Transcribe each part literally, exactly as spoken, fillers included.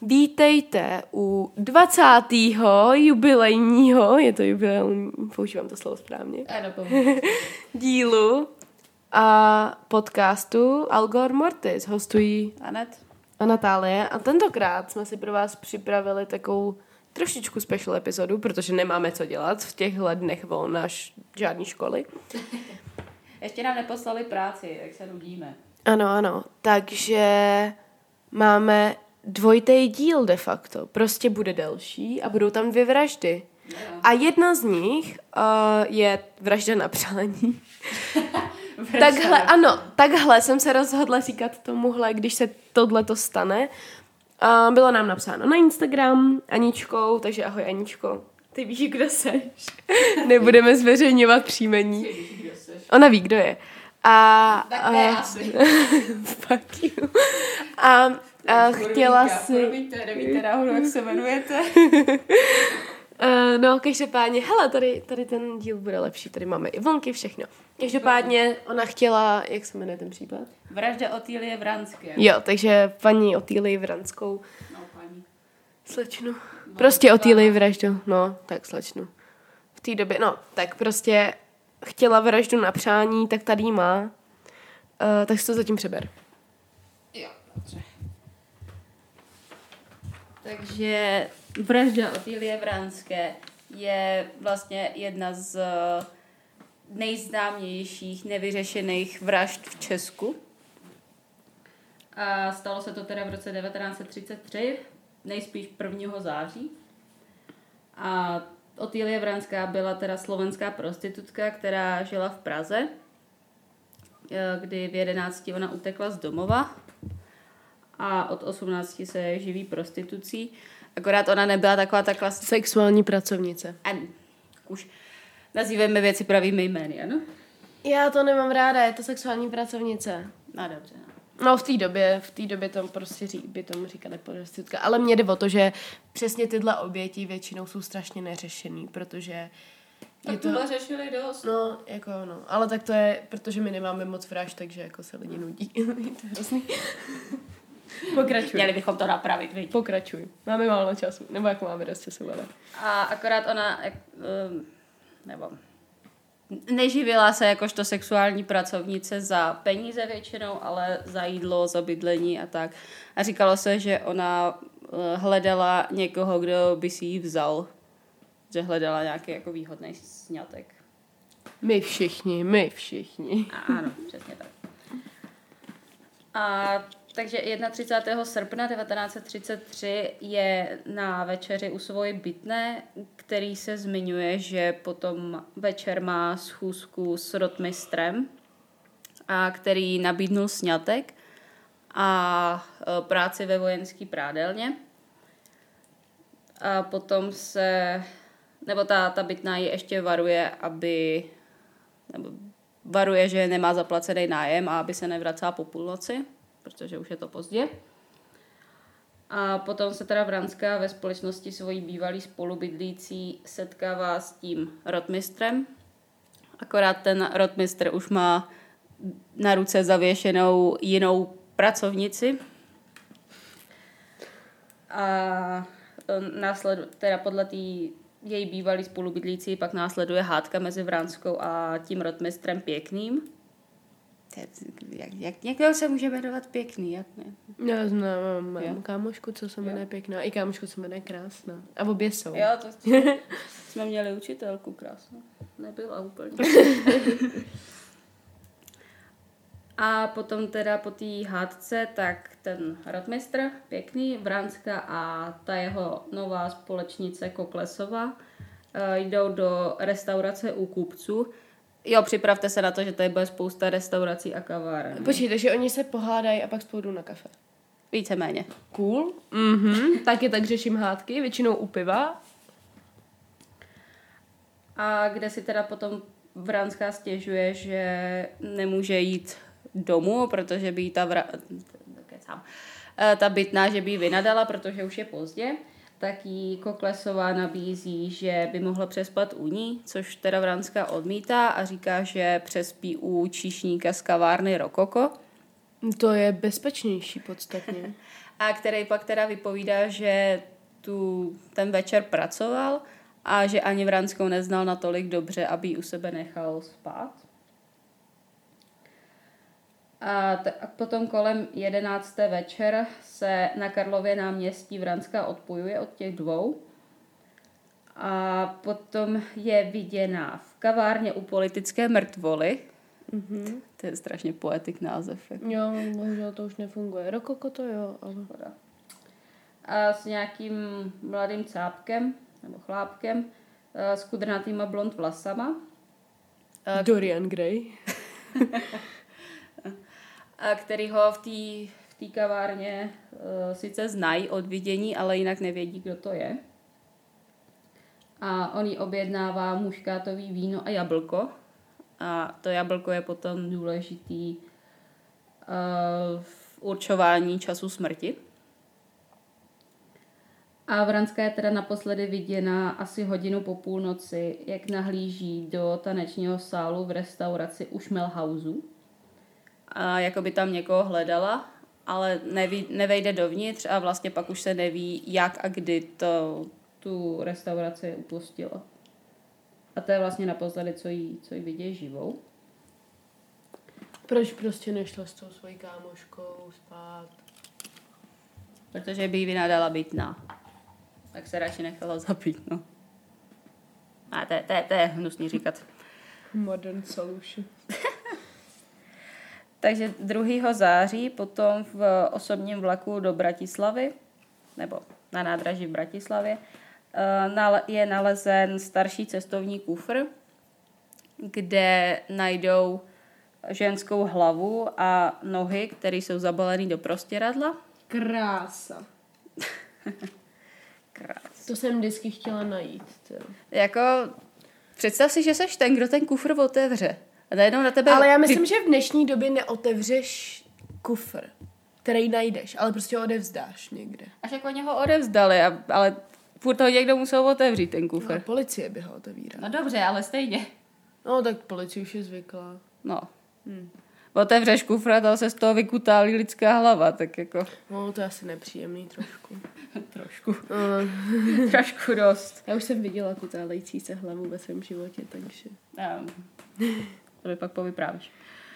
Vítejte u dvacátého jubilejního, je to jubileum, používám to slovo správně, ano, dílu a podcastu Algor Mortis. Hostují Anet a Natálie a tentokrát jsme si pro vás připravili takovou trošičku special epizodu, protože nemáme co dělat v těchhle dnech volna žádný školy. Ještě nám neposlali práci, jak se nudíme. Ano, ano, takže máme dvojitý díl de facto. Prostě bude delší a budou tam dvě vraždy. No. A jedna z nich uh, je vražda na přání. takhle, ano, takhle jsem se rozhodla říkat tomuhle, když se tohleto stane. Uh, bylo nám napsáno na Instagram Aničkou, takže ahoj Aničko. Ty víš, kdo seš. Nebudeme zveřejňovat příjmení. Ona ví, kdo je. A, tak ne a, asi. Fuck you. A, a chtěla si... Promiňte, nevíte náhodou, jak se jmenujete. Uh, no, každopádně, hele, tady, tady ten díl bude lepší, tady máme i vlnky, všechno. Každopádně ona chtěla, jak se jmenuje ten případ? Vražda Otýlie Vranské. Jo, takže paní Otýlii Vranskou. No, paní. Slečnu. No, prostě Otýlii vraždu. No, tak slečnu. V té době, no, tak prostě chtěla vraždu na přání, tak tady jí má. Uh, tak si to zatím přeber. Jo, dobře. Takže vražda Otýlie Vranské je vlastně jedna z nejznámějších nevyřešených vražd v Česku. A stalo se to teda v roce devatenáct set třicet tři, nejspíš prvního září. A Otýlie Vranská byla teda slovenská prostitutka, která žila v Praze, kdy v jedenácti ona utekla z domova a od osmnácti se živí prostitucí. Akorát ona nebyla taková ta klasická... Sexuální pracovnice. An, už nazýváme věci pravými jmény, ano? Já to nemám ráda, je to sexuální pracovnice. No dobře, no. No v té době, v té době tam prostě ří, by tomu říkali prostitutka. Ale mně jde o to, že přesně tyhle oběti většinou jsou strašně neřešený, protože... Tak je to... tohle řešili dost. No, jako no. Ale tak to je, protože my nemáme moc vražd, takže jako se lidi nudí. To je hrozný. Pokračuj. Měli bychom to napravit, viď? Pokračuj. Máme málo času. Nebo jako máme dost času, ale... A akorát ona, jak, um, nebo neživila se jakožto sexuální pracovnice za peníze většinou, ale za jídlo, za bydlení a tak. A říkalo se, že ona uh, hledala někoho, kdo by si ji vzal. Že hledala nějaký jako výhodný sňatek. My všichni, my všichni. A, ano, přesně tak. A takže třicátého prvního srpna devatenáct set třicet tři je na večeři u svojí bytné, který se zmiňuje, že potom večer má schůzku s rotmistrem, a který nabídnul sňatek a práci ve vojenské prádelně. A potom se, nebo ta, ta bytná ji ještě varuje, aby, nebo varuje, že nemá zaplacený nájem a aby se nevracela po půlnoci, protože už je to pozdě. A potom se teda Vranská ve společnosti svojí bývalý spolubydlící setkává s tím rotmistrem. Akorát ten rotmistr už má na ruce zavěšenou jinou pracovnici. A následu, teda podle té její bývalý spolubydlící pak následuje hádka mezi Vranskou a tím rotmistrem Pěkným. Jak, jak někdo se může jmenovat Pěkný, jak ne? Já znám, mám kámošku, co se jmenuje Pěkná, i kámošku, co se jmenuje Krásná. A obě jsou. Jo, to jsme měli učitelku krásnou. Nebyla úplně. A potom teda po té hádce, tak ten rotmistr Pěkný, Vranská a ta jeho nová společnice Koklesova jdou do restaurace u Kupců. Jo, připravte se na to, že tady bude spousta restaurací a kaváren. Počkej, takže oni se pohádají a pak spolu jdou na kafe. Víceméně. Cool. Mhm. Taky tak řeším hádky, většinou u piva. A kde si teda potom Vranská stěžuje, že nemůže jít domů, protože by jí ta, vra... ta bytná, že by jí vynadala, protože už je pozdě. Tak jí Koklesová nabízí, že by mohla přespat u ní, což teda Vranská odmítá a říká, že přespí u číšníka z kavárny Rokoko. To je bezpečnější podstatně. a který pak teda vypovídá, že tu ten večer pracoval a že ani Vranskou neznal natolik dobře, aby ji u sebe nechal spát. A, t- a potom kolem jedenácté večer se na Karlově náměstí Vranská odpojuje od těch dvou. A potom je viděná v kavárně u politické mrtvoly. Mm-hmm. To je strašně poetik název. Jako. Jo, bohužel to už nefunguje. Rokoko to jo, ale... A s nějakým mladým cápkem, nebo chlápkem, s kudrnatýma blond vlasama. Dorian Gray. A který ho v té v té kavárně uh, sice znají od vidění, ale jinak nevědí, kdo to je. A on jí objednává muškátový víno a jablko. A to jablko je potom důležitý uh, v určování času smrti. A Vranská je teda naposledy viděna asi hodinu po půlnoci, jak nahlíží do tanečního sálu v restauraci u Schmelhausu. A jako by tam někoho hledala, ale neví, nevejde dovnitř a vlastně pak už se neví, jak a kdy to, tu restauraci upustilo. A to je vlastně naposledy, co jí, co jí vidějí živou. Proč prostě nešla s tou svojí kámoškou spát? Protože by jí vynadala být na. Tak se radši nechala zabít, no. A to, to, to je hnusný říkat. Modern solution. Takže druhého září potom v osobním vlaku do Bratislavy, nebo na nádraží v Bratislavě, je nalezen starší cestovní kufr, kde najdou ženskou hlavu a nohy, které jsou zabalené do prostěradla. Krása. Krása. To jsem vždycky chtěla najít. Tě. Jako, představ si, že seš ten, kdo ten kufr otevře. A najednou na tebe... Ale já myslím, že v dnešní době neotevřeš kufr, který najdeš, ale prostě ho odevzdáš někde. Až jako oni ho odevzdali, a, ale furt ho někdo musel otevřít, ten kufr. No, policie by ho otevírala. No dobře, ale stejně. No tak policie už je zvyklá. No. Hmm. Otevřeš kufr a tam se z toho vykutálí lidská hlava, tak jako... No to je asi nepříjemný trošku. Trošku. Uh. Trošku dost. Já už jsem viděla kutálející se hlavu ve svém životě, takže... Um. To mi pak povyprávíš.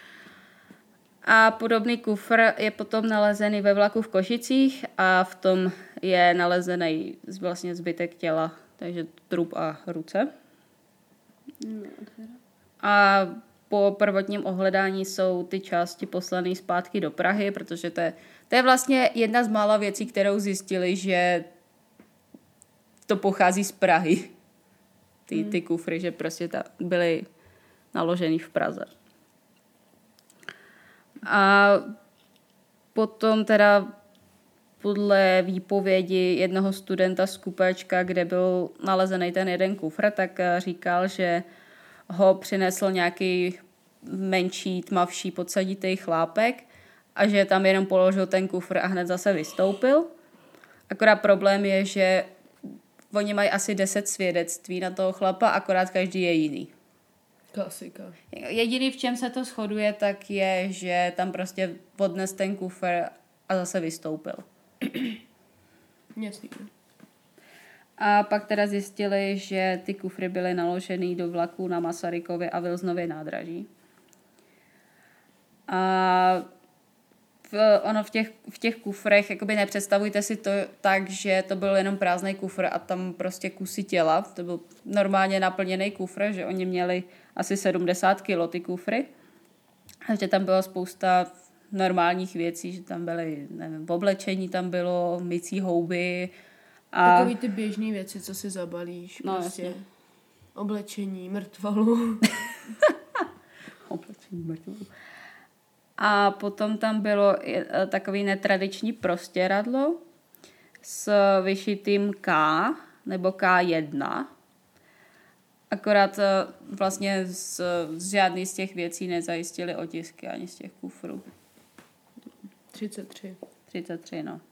A podobný kufr je potom nalezený ve vlaku v Košicích a v tom je nalezený vlastně zbytek těla, takže trup a ruce. A po prvotním ohledání jsou ty části poslané zpátky do Prahy, protože to je, to je vlastně jedna z mála věcí, kterou zjistili, že to pochází z Prahy. Ty, ty kufry, že prostě ta, byly naložený v Praze. A potom teda podle výpovědi jednoho studenta z Kupečka, kde byl nalezený ten jeden kufr, tak říkal, že ho přinesl nějaký menší, tmavší, podsaditý chlápek a že tam jenom položil ten kufr a hned zase vystoupil. Akorát problém je, že oni mají asi deset svědectví na toho chlapa, akorát každý je jiný. Klasika. Jediný, v čem se to shoduje, tak je, že tam prostě odnes ten kufr a zase vystoupil. Jasný. A pak teda zjistili, že ty kufry byly naložený do vlaku na Masarykově a Vilznově nádraží. A v, ono v těch, v těch kufrech, jakoby nepředstavujte si to tak, že to byl jenom prázdný kufr a tam prostě kusy těla. To byl normálně naplněný kufr, že oni měli asi sedmdesát kilo ty kufry. A že tam bylo spousta normálních věcí, že tam byly, nevím, v oblečení tam bylo, mycí houby. A... Takový ty běžný věci, co si zabalíš. No, prostě. jasně. Oblečení, mrtvolu. Oblečení, mrtvolu. A potom tam bylo takový netradiční prostěradlo s vyšitým K nebo K jedna. Akorát vlastně z, z žádný z těch věcí nezajistili otisky ani z těch kufrů. třicet tři. třicet tři, no.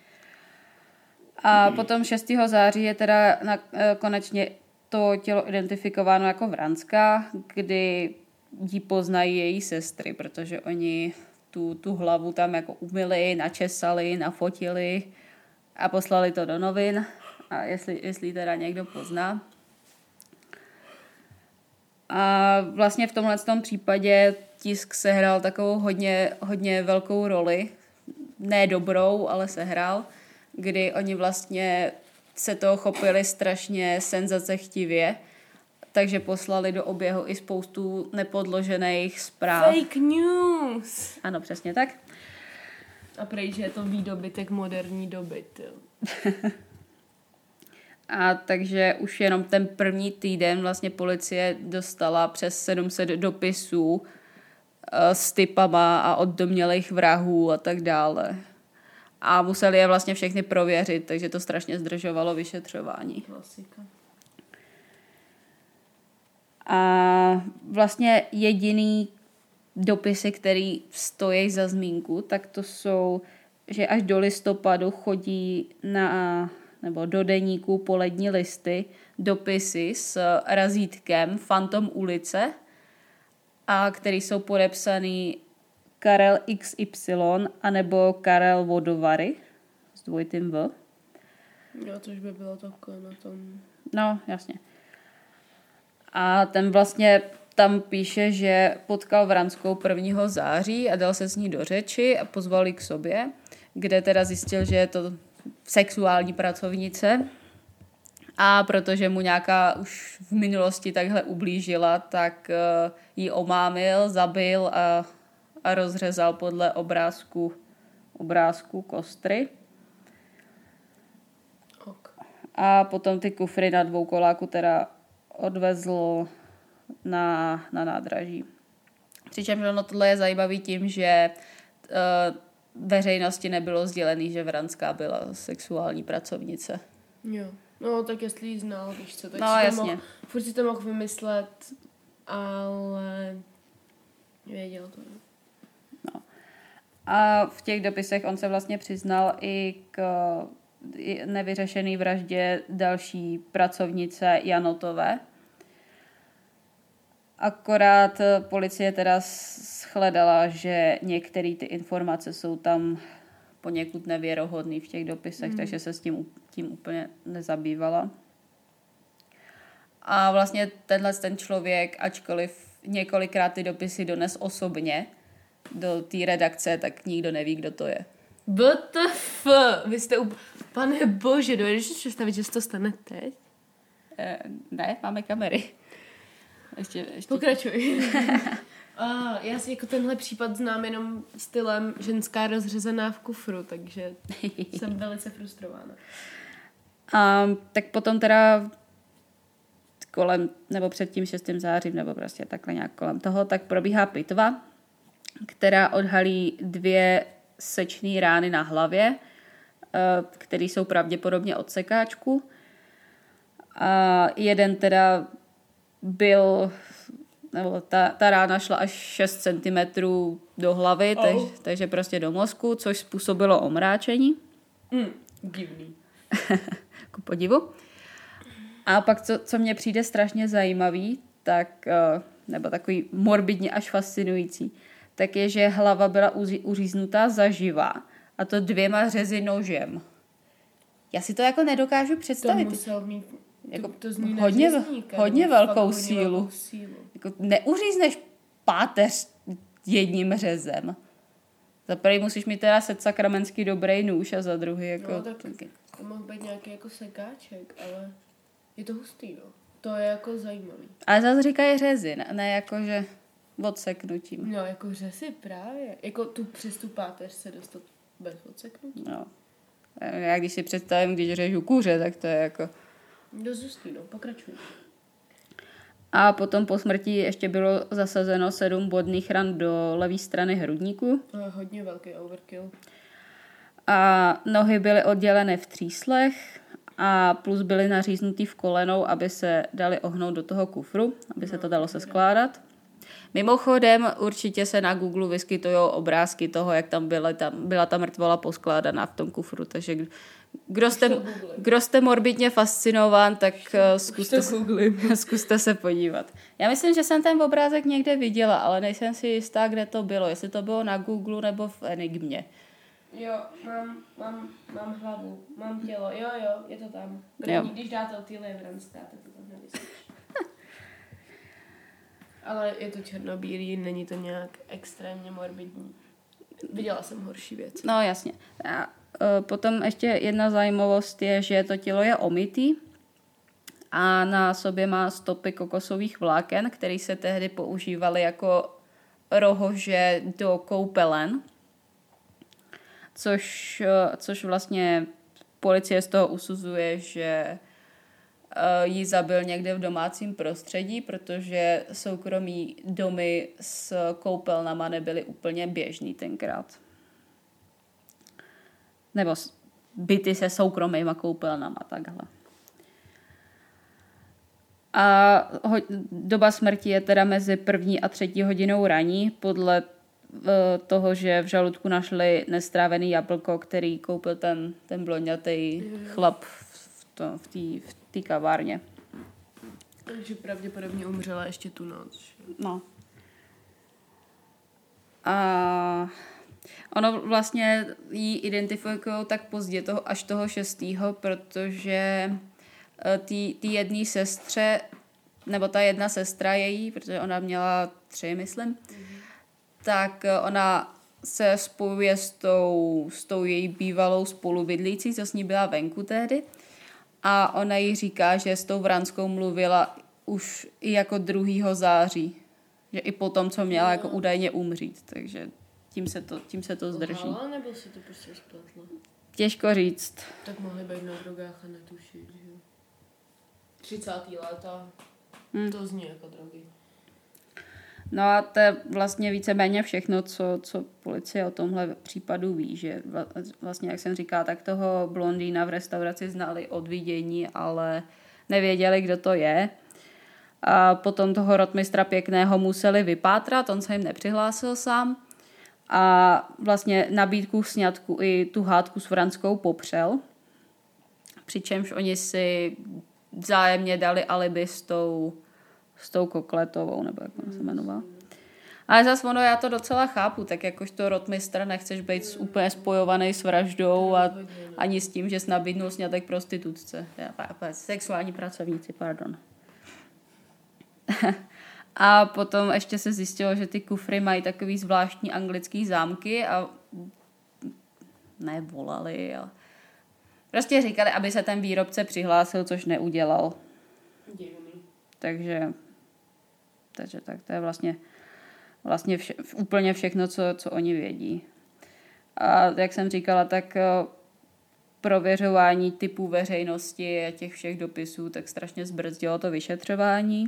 A potom šestého září je teda na, konečně to tělo identifikováno jako Vranská, kdy ji poznají její sestry, protože oni tu, tu hlavu tam jako umyli, načesali, nafotili a poslali to do novin. A jestli, jestli teda někdo pozná. A vlastně v tomhle tom případě tisk sehrál takovou hodně, hodně velkou roli. Ne dobrou, ale sehrál. Kdy oni vlastně se toho chopili strašně senzacechtivě. Takže poslali do oběhu i spoustu nepodložených zpráv. Fake news! Ano, přesně tak. A prej, že je to výdobytek moderní doby, tyjo. A takže už jenom ten první týden vlastně policie dostala přes sedm set dopisů uh, s tipama a od domnělých vrahů a tak dále. A museli je vlastně všechny prověřit, takže to strašně zdržovalo vyšetřování. Klasika. A vlastně jediný dopisy, který stojí za zmínku, tak to jsou, že až do listopadu chodí na, nebo do deníku polední listy dopisy s razítkem Phantom ulice, a který jsou podepsaný Karel iks ypsilon anebo Karel Vodovary s dvojitým V. Jo, což by bylo takové na tom. No, jasně. A ten vlastně tam píše, že potkal Vranskou prvního září a dal se s ní do řeči a pozval ji k sobě, kde teda zjistil, že je to sexuální pracovnice. A protože mu nějaká už v minulosti takhle ublížila, tak uh, ji omámil, zabil a, a rozřezal podle obrázku, obrázku kostry. Ok. A potom ty kufry na dvoukoláku teda odvezl na, na nádraží. Přičemž ono tohle je zajímavý tím, že uh, veřejnosti nebylo sdělený, že Vranská byla sexuální pracovnice. Jo. No, tak jestli ji znal, víš co, tak no, si to jasně. mohl, furt si to mohl vymyslet, ale věděl to. No. A v těch dopisech on se vlastně přiznal i k nevyřešený vraždě další pracovnice Janotové. Akorát policie teda shledala, že některé ty informace jsou tam poněkud nevěrohodný v těch dopisech, mm. takže se s tím, tím úplně nezabývala. A vlastně tenhle ten člověk, ačkoliv několikrát ty dopisy dones osobně do té redakce, tak nikdo neví, kdo to je. W T F, vy jste up... Pane bože, dovedeš si představit, že se to stane teď? Eh, ne, máme kamery. Ještě, ještě. Pokračuj. A já si jako tenhle případ znám jenom stylem ženská rozřezaná v kufru, takže jsem velice frustrována. A tak potom teda kolem, nebo před tím šestým zářím, nebo prostě takhle nějak kolem toho, tak probíhá pitva, která odhalí dvě sečné rány na hlavě, které jsou pravděpodobně od sekáčku. A jeden teda byl, nebo ta, ta rána šla až šest centimetrů do hlavy, oh. tež, takže prostě do mozku, což způsobilo omráčení. Mm, divný. Ku podivu. A pak, co, co mně přijde strašně zajímavý, tak, nebo takový morbidně až fascinující, tak je, že hlava byla uříznutá zaživa, a to dvěma řezy nožem. Já si to jako nedokážu představit. To musel mít jako to, to zní hodně, neřezníka, hodně velkou hodně sílu. velkou sílu. Jako neuřízneš páteř jedním řezem. Za prvý musíš mít teda set sakramenský dobrý nůž a za druhý jako... No, tak to mohl být nějaký jako sekáček, ale je to hustý, no. To je jako zajímavý. Ale zase říkají řezy, ne, ne jako, že odseknutím. No, jako řezy právě. Jako tu přes tu páteř se dostat bez odseknutí. No. Já když si představím, když řežu kuře, tak to je jako... Dost hustý, no. Pokračuj. A potom po smrti ještě bylo zasazeno sedm bodných ran do levé strany hrudníku. To je hodně velký overkill. A nohy byly oddělené v tříslech a plus byly naříznutý v kolenou, aby se dali ohnout do toho kufru, aby se to dalo se skládat. Mimochodem určitě se na Google vyskytují obrázky toho, jak tam byla, tam byla ta mrtvola poskládaná v tom kufru, takže kdo jste, kdo jste morbidně fascinován, tak zkuste, zkuste se podívat. Já myslím, že jsem ten obrázek někde viděla, ale nejsem si jistá, kde to bylo, jestli to bylo na Google nebo v Enigmě. Jo, mám, mám, mám hlavu, mám tělo, jo, jo, je to tam. Když, když dáte Otílie Vranská, tak to tam nevyslyš. Ale je to černobílý, není to nějak extrémně morbidní. Viděla jsem horší věc. No jasně. A, e, potom ještě jedna zajímavost je, že to tělo je omytý a na sobě má stopy kokosových vláken, které se tehdy používaly jako rohože do koupelen. Což, což vlastně policie z toho usuzuje, že ji zabil někde v domácím prostředí, protože soukromí domy s koupelnama nebyly úplně běžný tenkrát. Nebo byty se soukromýma koupelnama, takhle. A ho, doba smrti je teda mezi první a třetí hodinou raní, podle toho, že v žaludku našli nestrávený jablko, který koupil ten, ten blondětej chlap v, to, v té v té kavárně. Takže pravděpodobně umřela ještě tu noc. No. A ono vlastně jí identifikují tak pozdě, toho, až toho šestýho, protože ty jedné sestře, nebo ta jedna sestra její, protože ona měla tři, myslím, mm-hmm. tak ona se spojuje s tou, s tou její bývalou spolubydlící, co s ní byla venku tehdy. A ona jí říká, že s tou Vranskou mluvila už i jako druhého září. Že i po tom, co měla no. jako údajně umřít. Takže tím se to, tím se to zdrží. Lhala, nebo si to prostě spletla? Těžko říct. Tak mohly být na drogách a netušit, že jo? třicátá léta. Hmm. To zní jako drogy. No a to je vlastně víceméně všechno, co, co policie o tomhle případu ví, že vlastně, jak jsem říkala, tak toho blondýna v restauraci znali od vidění, ale nevěděli, kdo to je. A potom toho rotmistra Pěkného museli vypátrat, on se jim nepřihlásil sám a vlastně nabídku sňatku i tu hádku s Vranskou popřel, přičemž oni si vzájemně dali alibi s tou s tou Kokletovou, nebo jak on se jmenoval. Ale zase ono, já to docela chápu, tak jakožto rotmistr nechceš být úplně spojovaný s vraždou a ani s tím, že jsi nabídnul sňatek prostitutce. Sexuální pracovníci, pardon. A potom ještě se zjistilo, že ty kufry mají takový zvláštní anglický zámky a ne volali, ale prostě říkali, aby se ten výrobce přihlásil, což neudělal. Takže Takže tak, to je vlastně, vlastně vše, úplně všechno, co, co oni vědí. A jak jsem říkala, tak prověřování typů veřejnosti a těch všech dopisů tak strašně zbrzdilo to vyšetřování.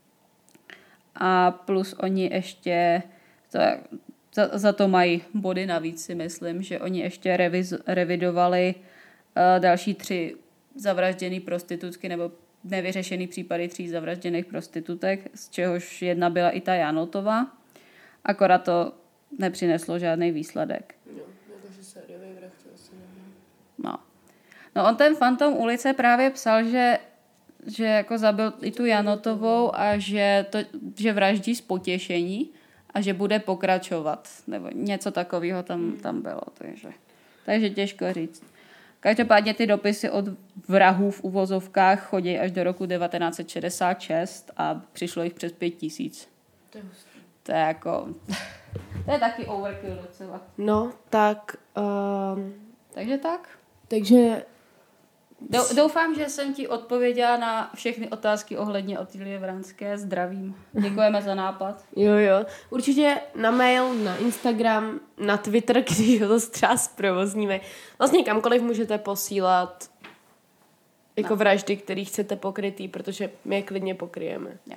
A plus oni ještě, to, za, za to mají body navíc, si myslím, že oni ještě reviz, revidovali uh, další tři zavražděné prostitutky nebo nevyřešený případy tří zavražděných prostitutek, z čehož jedna byla i ta Janotová. Akorát to nepřineslo žádný výsledek. Jo, jakože sériový vrah to asi nevím. No. No on ten Fantom ulice právě psal, že, že jako zabil i tu Janotovou a že, to, že vraždí z potěšení a že bude pokračovat. Nebo něco takového tam, tam bylo. Takže, takže těžko říct. Každopádně ty dopisy od vrahů v uvozovkách chodí až do roku devatenáct set šedesát šest a přišlo jich přes pět tisíc. To je, to je jako... to je taky overkill docela. No, tak... Um, takže tak. Takže... Doufám, že jsem ti odpověděla na všechny otázky ohledně Otílie Vranské. Zdravím. Děkujeme za nápad. Jo, jo. Určitě na mail, na Instagram, na Twitter, když ho to třeba zprovozníme. Vlastně kamkoliv můžete posílat jako no. vraždy, který chcete pokrytý, protože my je klidně pokryjeme. Jo.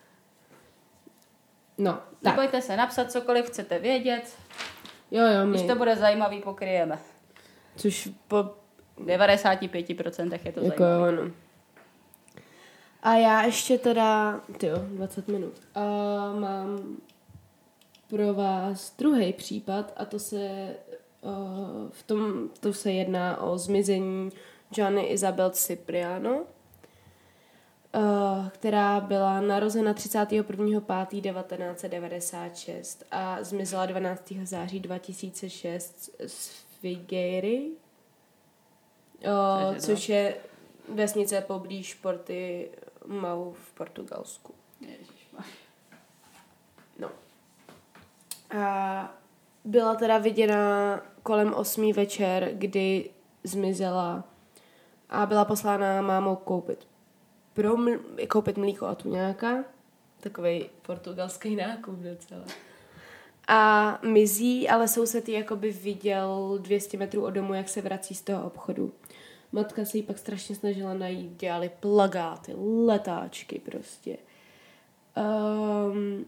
No, tak. Nebojte se napsat cokoliv chcete vědět. Jo, jo, my. Když to bude zajímavý, pokryjeme. Což po devadesát pět procent je to jako zajímavé. Jo, no. A já ještě teda, tyjo, dvacet minut, uh, mám pro vás druhý případ a to se uh, v tom, to se jedná o zmizení Gianny Isabel Cipriano, Uh, která byla narozena třicátého prvního pátého devatenáct set devadesát šest a zmizela dvanáctého září dva tisíce šest z Figueiry, uh, což je vesnice poblíž Porty Mau v Portugalsku. No. A byla teda viděna kolem osmý večer, kdy zmizela a byla poslána mámou koupit pro ml- koupit mlíko a tuňáka. Takovej portugalský nákup docela. A mizí, ale soused ji jakoby viděl dvě stě metrů od domu, jak se vrací z toho obchodu. Matka se jí pak strašně snažila najít, dělali plagáty, letáčky prostě. Um,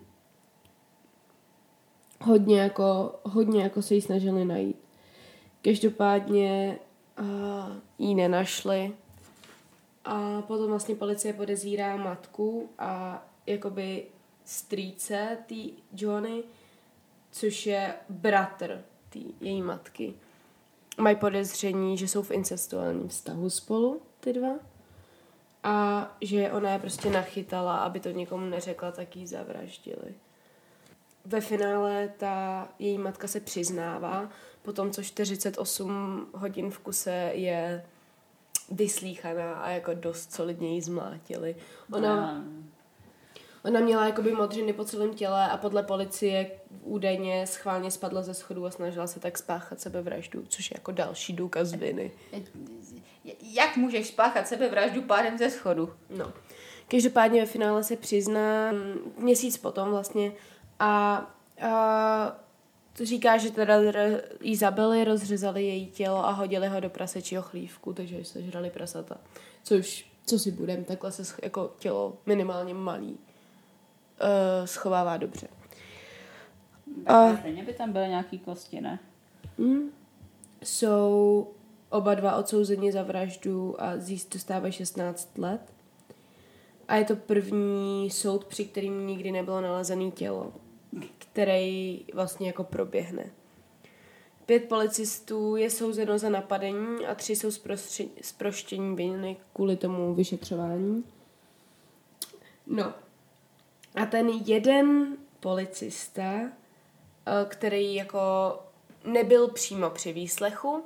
hodně jako, hodně jako se jí snažili najít. Každopádně uh, jí nenašli. A potom vlastně policie podezírá matku a jakoby strýce té Joany, což je bratr té její matky. Mají podezření, že jsou v incestuálním vztahu spolu, ty dva. A že ona je prostě nachytala, aby to nikomu neřekla, tak jí zavraždili. Ve finále ta její matka se přiznává, potom co čtyřicet osm hodin v kuse je vyslíchaná a jako dost solidně jí zmlátili. Ona, ona měla jakoby modřiny po celém těle a podle policie údajně schválně spadla ze schodu a snažila se tak spáchat sebevraždu, což je jako další důkaz viny. Jak můžeš spáchat sebevraždu pádem ze schodu? No. Každopádně ve finále se přizná měsíc potom vlastně a, a to říká, že teda jí zabili, rozřezali její tělo a hodili ho do prasečího chlívku, takže sežrali prasata. Což, co si budem, takhle se sch- jako tělo minimálně malý uh, schovává dobře. A stejně by tam byly nějaký kosti, ne? Mm, jsou oba dva odsouzeni za vraždu a zíst dostávají šestnáct let. A je to první soud, při kterým nikdy nebylo nalezené tělo, který vlastně jako proběhne. Pět policistů je souzeno za napadení a tři jsou zproštění viny kvůli tomu vyšetřování. No. A ten jeden policista, který jako nebyl přímo při výslechu,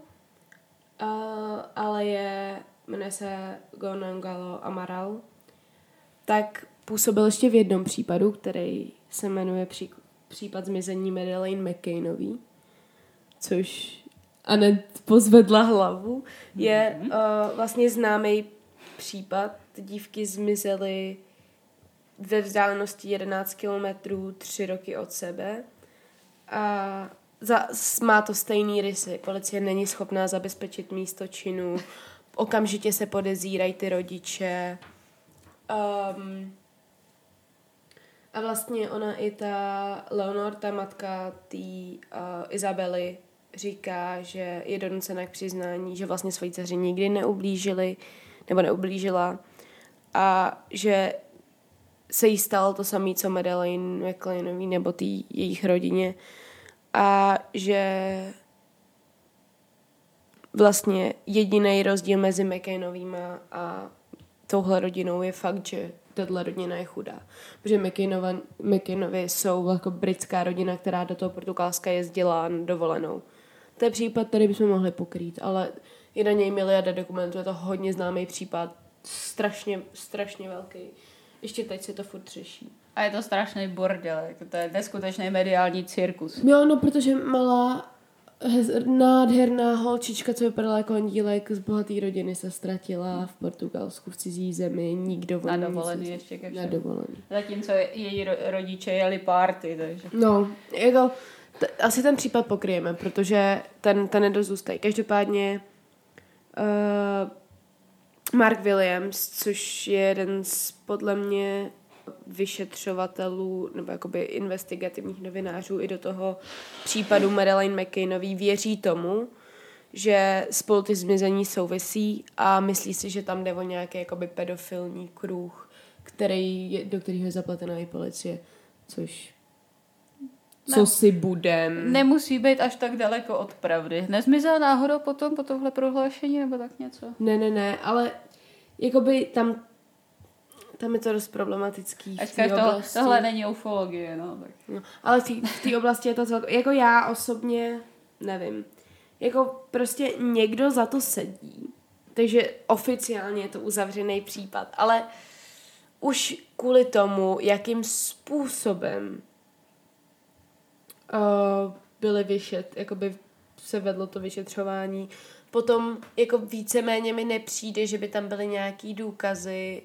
ale je, jmenuje se Gonzalo Amaral, tak působil ještě v jednom případu, který se jmenuje pří, případ zmizení Madeleine McCannový, což Anet pozvedla hlavu. Je mm-hmm. uh, vlastně známý případ. Dívky zmizely ve vzdálenosti jedenáct kilometrů tři roky od sebe. A za, má to stejný rysy. Policie není schopná zabezpečit místo činu. Okamžitě se podezírají ty rodiče. Um, a vlastně ona i ta Leonor, ta matka té uh, Izabely, říká, že je donucena k přiznání, že vlastně svojí dceři nikdy neublížili, nebo neublížila a že se jí stalo to samé, co Madeleine McCannový nebo té jejich rodině a že vlastně jediný rozdíl mezi McCannovýma a touhle rodinou je fakt, že tato rodina je chudá. Protože McCannovi jsou jako britská rodina, která do toho Portugalska jezdila na dovolenou. To je případ, který bychom mohli pokrýt, ale je na něj miliarda dokumentů, je to hodně známý případ, strašně, strašně velký. Ještě teď se to furt řeší. A je to strašný bordel, jako to je neskutečný mediální cirkus. Jo, no, protože malá hez, nádherná holčička, co vypadala jako andílek z bohaté rodiny, se ztratila v Portugalsku, v cizí zemi, nikdo na dovolený ještě ke Na dovolený. Zatímco její rodiče jeli party, takže... No, jako, t- asi ten případ pokryjeme, protože ten, ten nedozůstají. Každopádně uh, Mark Williams, což je jeden z, podle mě, vyšetřovatelů nebo jakoby investigativních novinářů i do toho případu Madeleine McCannový, věří tomu, že spolu ty zmizení souvisí a myslí si, že tam jde o nějaký jakoby pedofilní kruh, který je, do kterého je zaplatená i policie, což Ne. co si budem. Nemusí být až tak daleko od pravdy. Nezmizel náhodou potom po tohle prohlášení nebo tak něco? Ne, ne, ne, ale jakoby tam tam je to dost problematický. Ačka to, tohle není ufologie, no. Tak. No, ale v té oblasti je to celko, jako já osobně nevím. Jako prostě někdo za to sedí, takže oficiálně je to uzavřený případ, ale už kvůli tomu, jakým způsobem uh, byly vyšet, jakoby se vedlo to vyšetřování, potom jako víceméně mi nepřijde, že by tam byly nějaký důkazy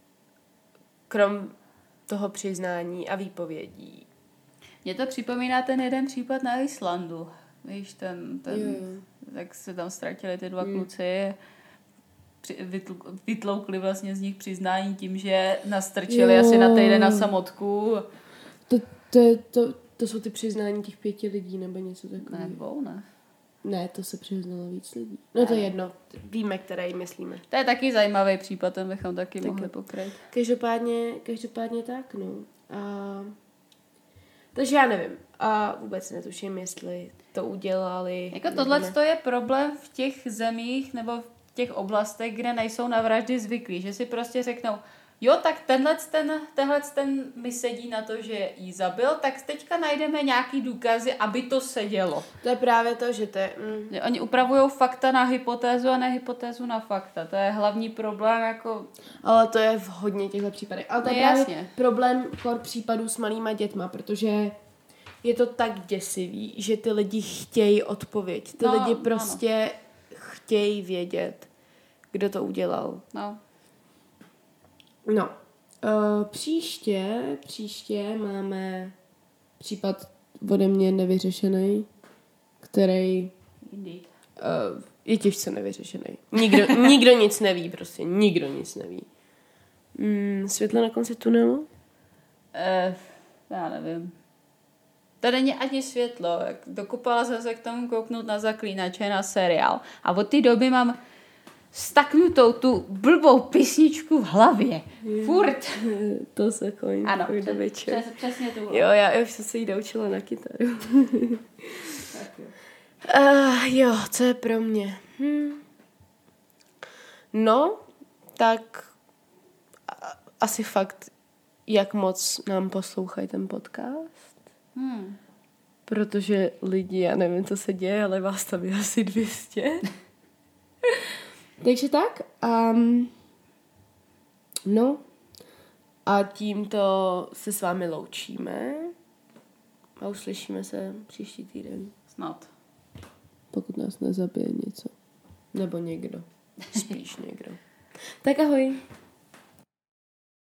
krom toho přiznání a výpovědí. Mně to připomíná ten jeden případ na Islandu. Víš, ten, ten Jo, jo. jak se tam ztratili ty dva Hmm. kluci, při, vytl, vytloukli vlastně z nich přiznání tím, že nastrčili Jo. asi na týden na samotku. To, to, to, to jsou ty přiznání těch pěti lidí nebo něco takového. Nebo ne. Ne, to se přiznalo víc lidí. No to je jedno. Víme, které jí myslíme. To je taky zajímavý případ, ten bychom taky Taky. mohli pokryt. Každopádně, každopádně tak, no. A... Takže já nevím. A vůbec netuším, jestli to udělali. Jako tohle to je problém v těch zemích nebo v těch oblastech, kde nejsou na vraždy zvyklí, že si prostě řeknou, jo, tak tenhle ten, tenhle ten mi sedí na to, že jí zabil, tak teďka najdeme nějaký důkazy, aby to sedělo. To je právě to, že to je... Mm. Že oni upravují fakta na hypotézu a ne hypotézu na fakta. To je hlavní problém, jako... Ale to je v hodně těchto případech. Ale to je No, právě jasně. problém kor případů s malýma dětma, protože je to tak děsivý, že ty lidi chtějí odpověď. Ty No, lidi ano. prostě chtějí vědět, kdo to udělal. No. No, uh, příště, příště máme případ ode mě nevyřešený, který Indeed. uh, je těžce nevyřešený. Nikdo, nikdo nic neví, prostě nikdo nic neví. Mm, světlo na konci tunelu? Eh, já nevím. To není ani světlo. Jak dokupala jsem se k tomu kouknout na Zaklínače, na seriál. A od té doby mám staknutou tu blbou písničku v hlavě. Furt. To se koň. Ano, do přes, večer. přes, přesně tu. Jo, já už jsem se jí doučila na kytaru. Tak jo. Uh, jo, co je pro mě? Hm. No, tak a, asi fakt, jak moc nám poslouchají ten podcast. Hmm. Protože lidi, já nevím, co se děje, ale vás tam je asi dvě stě. Takže tak. Um, no. A tímto se s vámi loučíme. A uslyšíme se příští týden. Snad. Pokud nás nezabije něco. Nebo někdo. Spíš někdo. Tak ahoj.